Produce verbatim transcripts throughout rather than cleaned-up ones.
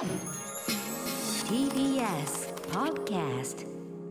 ティービーエス Podcast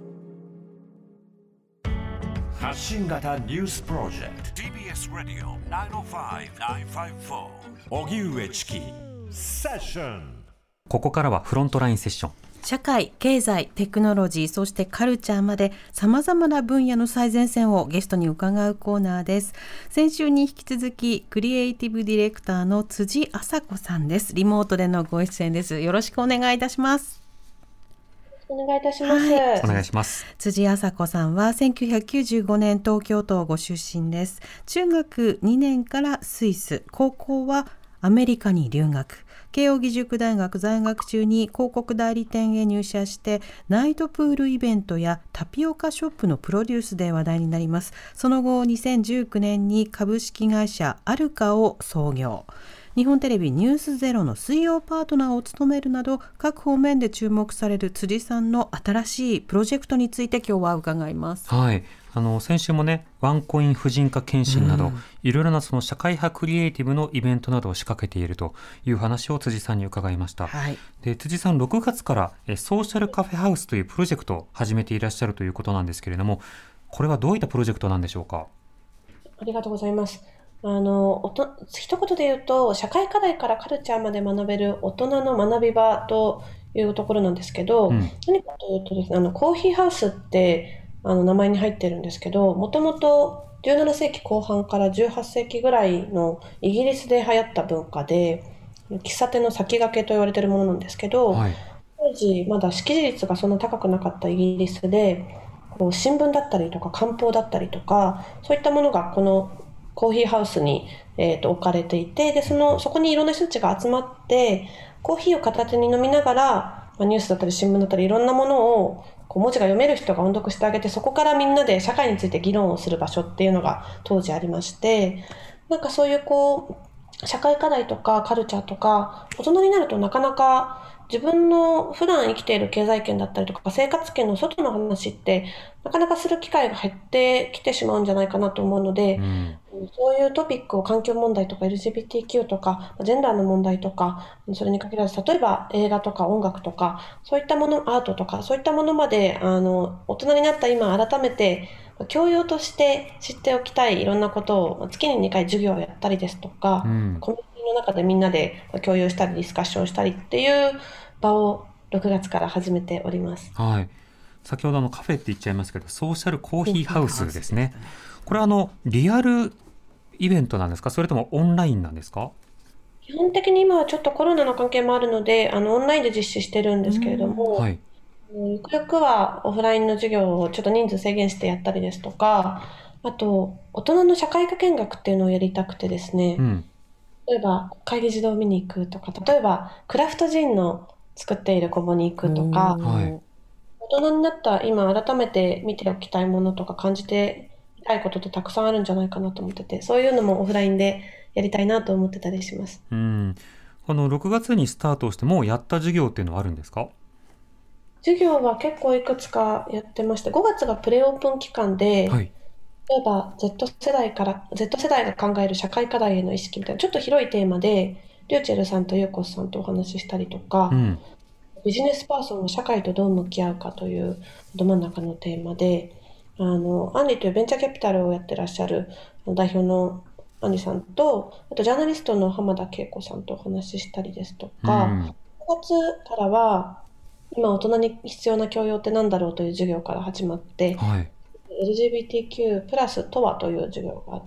発信型ニュースプロジェクト ティービーエス ラディオ きゅうまるご きゅうごよん 荻上チキセッション。 ここからはフロントラインセッション。 社会、経済、テクノロジー、そしてカルチャーまで様々な分野の最前線をゲストに伺うコーナーです。先週に引き続きクリエイティブディレクターの辻麻子さんです。リモートでのご出演です。よろしくお願いいたします。 お願いいたします、 はい、 お願いします。 辻麻子さんはせんきゅうひゃくきゅうじゅうごねん東京都ご出身です。中学にねんからスイス、高校はアメリカに留学。慶應義塾大学在学中に広告代理店へ入社してナイトプールイベントやタピオカショップのプロデュースで話題になります。その後にせんじゅうきゅうねんに株式会社アルカを創業。日本テレビニュースゼロの水曜パートナーを務めるなど各方面で注目される辻さんの新しいプロジェクトについて今日は伺います。 はい、あの先週もねワンコイン婦人科検診など、うん、いろいろなその社会派クリエイティブのイベントなどを仕掛けているという話を辻さんに伺いました、はい、で辻さんろくがつからえソーシャルカフェハウスというプロジェクトを始めていらっしゃるということなんですけれども、これはどういったプロジェクトなんでしょうか。 ありがとうございます。あのおと一言で言うと社会課題からカルチャーまで学べる大人の学び場というところなんですけど、うん、何かというとですね、あのコーヒーハウスってあの名前に入ってるんですけど、もともとじゅうななせいきこう半からじゅうはっせいきぐらいのイギリスで流行った文化で喫茶店の先駆けと言われているものなんですけど、はい、当時まだ識字率がそんな高くなかったイギリスでこう新聞だったりとか官報だったりとかそういったものがこのコーヒーハウスに、えーと、置かれていて、で そ, のそこにいろんな人たちが集まってコーヒーを片手に飲みながら、まあ、ニュースだったり新聞だったりいろんなものをこう文字が読める人が音読してあげて、そこからみんなで社会について議論をする場所っていうのが当時ありまして、なんかそういうこう社会課題とかカルチャーとか大人になるとなかなか自分の普段生きている経済圏だったりとか生活圏の外の話ってなかなかする機会が減ってきてしまうんじゃないかなと思うので、うん、そういうトピックを環境問題とか エルジービーティーキュー とかジェンダーの問題とかそれに限らず例えば映画とか音楽とかそういったものアートとかそういったものまであの大人になった今改めて教養として知っておきたいいろんなことを月ににかい授業をやったりですとか、うん、コミュニティの中でみんなで共有したりディスカッションしたりっていう場をろくがつから始めております。 はい、先ほどのカフェって言っちゃいますけどソーシャルコーヒーハウスですね。これはあのリアルイベントなんですか、それともオンラインなんですか。 基本的に今はちょっとコロナの関係もあるのであのオンラインで実施してるんですけれども、はい、ゆくゆくはオフラインの授業をちょっと人数制限してやったりですとか、あと大人の社会科見学っていうのをやりたくてですね、うん、例えば会議児童を見に行くとか、例えばクラフトジンの作っている工房に行くとか、はい、大人になった今改めて見ておきたいものとか感じてみたいことってたくさんあるんじゃないかなと思ってて、そういうのもオフラインでやりたいなと思ってたりします。 うん、このろくがつにスタートしてもうやった授業っていうのはあるんですか。 授業は結構いくつかやってまして、ごがつがプレオープン期間で、はい、例えば Z 世代から Z 世代が考える社会課題への意識みたいなちょっと広いテーマでリューチェルさんとユーコスさんとお話ししたりとか、うん、ビジネスパーソンは社会とどう向き合うかというど真ん中のテーマで、あのアンリというベンチャーキャピタルをやってらっしゃる代表のアンリさんと、あとジャーナリストの浜田恵子さんとお話ししたりですとか、うん、ごがつからは今大人に必要な教養って何だろうという授業から始まって、はい、エルジービーティーキュー プラスとはという授業があって、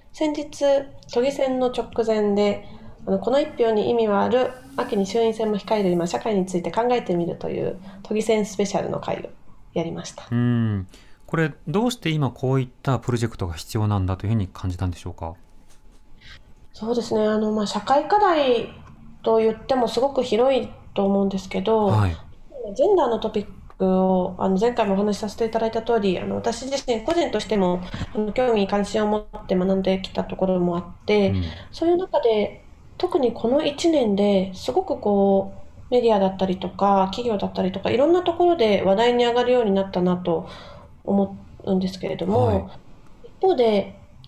先日都議選の直前であのこの一票に意味はある、秋に衆院選も控える今社会について考えてみるという都議選スペシャルの会をやりました。 うん、これどうして今こういったプロジェクトが必要なんだというふうに感じたんでしょうか。 そうですね、あの、まあ、社会課題と言ってもすごく広いと思うんですけど、はい、ジェンダーのトピックをあの前回もお話しさせていただいた通り、あの私自身個人としてもあの興味関心を持って学んできたところもあって、うん、そういう中で特にこのいちねんですごくこうメディアだったりとか企業だったりとかいろんなところで話題に上がるようになったなと思うんですけれども、はい、一方で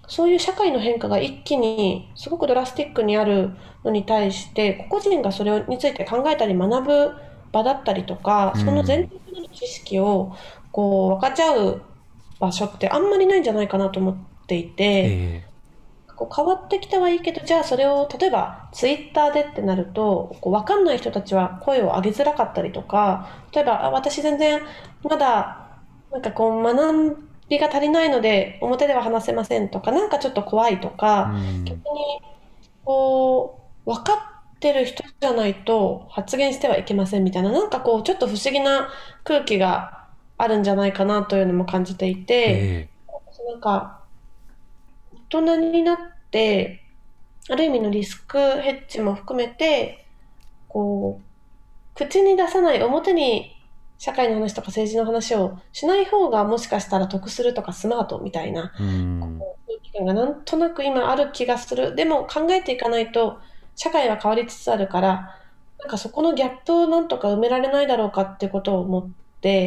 そういう社会の変化が一気にすごくドラスティックにあるのに対して個々人がそれについて考えたり学ぶ場だったりとか、その前提の知識をこう分かち合う場所ってあんまりないんじゃないかなと思っていて、えー、こう変わってきてはいいけど、じゃあそれを例えばツイッターでってなるとこう分かんない人たちは声を上げづらかったりとか、例えばあ私全然まだなんかこう学びが足りないので表では話せませんとか、なんかちょっと怖いとか、逆にこう分かってる人じゃないと発言してはいけませんみたいな、なんかこうちょっと不思議な空気があるんじゃないかなというのも感じていて、えー、なんか大人になってある意味のリスクヘッジも含めてこう口に出さない、表に社会の話とか政治の話をしない方がもしかしたら得するとかスマートみたいな空気感がなんとなく今ある気がする。でも考えていかないと社会は変わりつつあるから、なんかそこのギャップをなんとか埋められないだろうかってことを思って、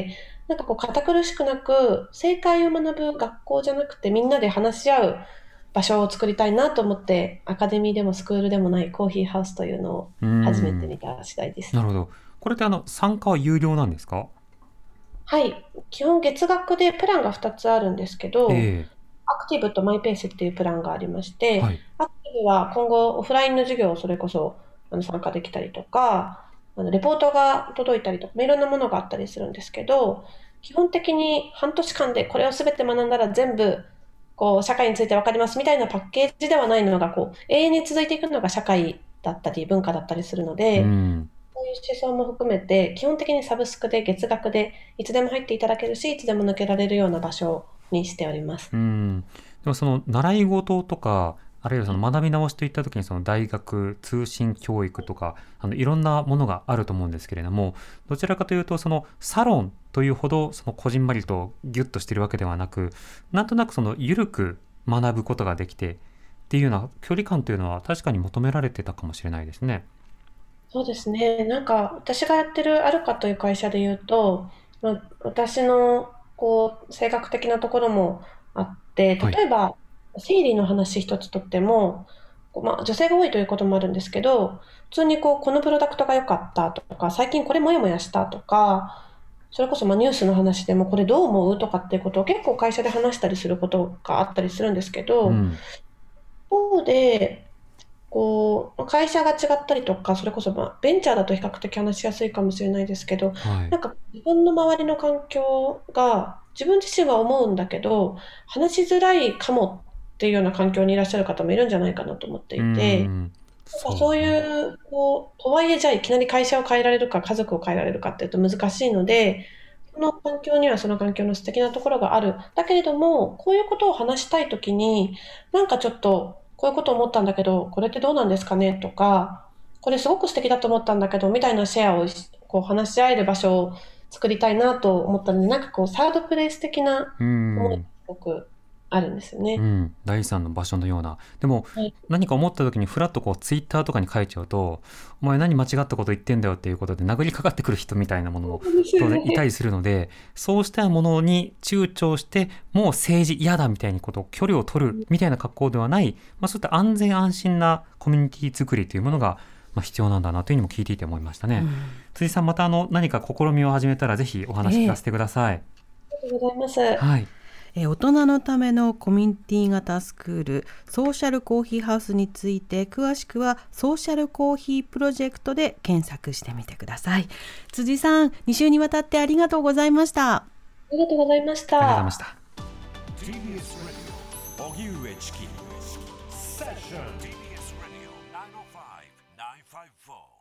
なんかこう堅苦しくなく正解を学ぶ学校じゃなくてみんなで話し合う場所を作りたいなと思って、アカデミーでもスクールでもないコーヒーハウスというのを始めてみた次第です。 なるほど。これってあの参加は有料なんですか？ はい、基本月額でプランがふたつあるんですけど、えー、アクティブとマイペースっていうプランがありまして、はい、アクティブは今後オフラインの授業をそれこそあの参加できたりとか、あのレポートが届いたりとかいろんなものがあったりするんですけど、基本的に半年間でこれを全て学んだら全部こう社会について分かりますみたいなパッケージではないのがこう永遠に続いていくのが社会だったり文化だったりするので、うんそういう思想も含めて基本的にサブスクで月額でいつでも入っていただけるし、いつでも抜けられるような場所にしております。 うん、でもその習い事とかあるいはその学び直しといった時にその大学通信教育とかあのいろんなものがあると思うんですけれども、どちらかというとそのサロンというほどそのこじんまりとギュッとしているわけではなく、なんとなくその緩く学ぶことができてっていうような距離感というのは確かに求められてたかもしれないですね。 そうですね。なんか私がやってるアルカという会社で言うと、まあ、私のこう性格的なところもあって、例えば、はい、生理の話一つとっても、まあ、女性が多いということもあるんですけど、普通にこうこのプロダクトが良かったとか、最近これモヤモヤしたとか、それこそまあニュースの話でもこれどう思うとかっていうことを結構会社で話したりすることがあったりするんですけど、うん、一方でこう会社が違ったりとか、それこそまあベンチャーだと比較的話しやすいかもしれないですけど、はい、なんか自分の周りの環境が自分自身は思うんだけど話しづらいかもっていうような環境にいらっしゃる方もいるんじゃないかなと思っていて、うんそう、そういうこうとはいえじゃあいきなり会社を変えられるか家族を変えられるかっていうと難しいので、その環境にはその環境の素敵なところがある。だけれどもこういうことを話したいときになんかちょっとこういうことを思ったんだけどこれってどうなんですかねとか、これすごく素敵だと思ったんだけどみたいなシェアをこう話し合える場所を作りたいなと思ったので、なんかこうサードプレイス的な思いがすごくあるんですよね。 うん、第三の場所のような。でも、はい、何か思った時にフラッとこうツイッターとかに書いちゃうと、お前何間違ったこと言ってんだよっていうことで殴りかかってくる人みたいなものも当然いたりするので、そうしたものに躊躇してもう政治嫌だみたいにことを距離を取るみたいな格好ではない、まあ、そういった安全安心なコミュニティ作りというものがまあ必要なんだなというのも聞いていて思いましたね。うん、辻さんまたあの何か試みを始めたらぜひお話聞かせてください。 えー、ありがとうございます。 はい。 大人のためのコミュニティ型スクールソーシャルコーヒーハウスについて詳しくはソーシャルコーヒープロジェクトで検索してみてください。辻さん、に週にわたってありがとうございました。 ありがとうございました。 ありがとうございました。 ティービーエス ラジオ荻上チキセッション ティービーエス ラジオナインオーファイブ ナインファイブフォー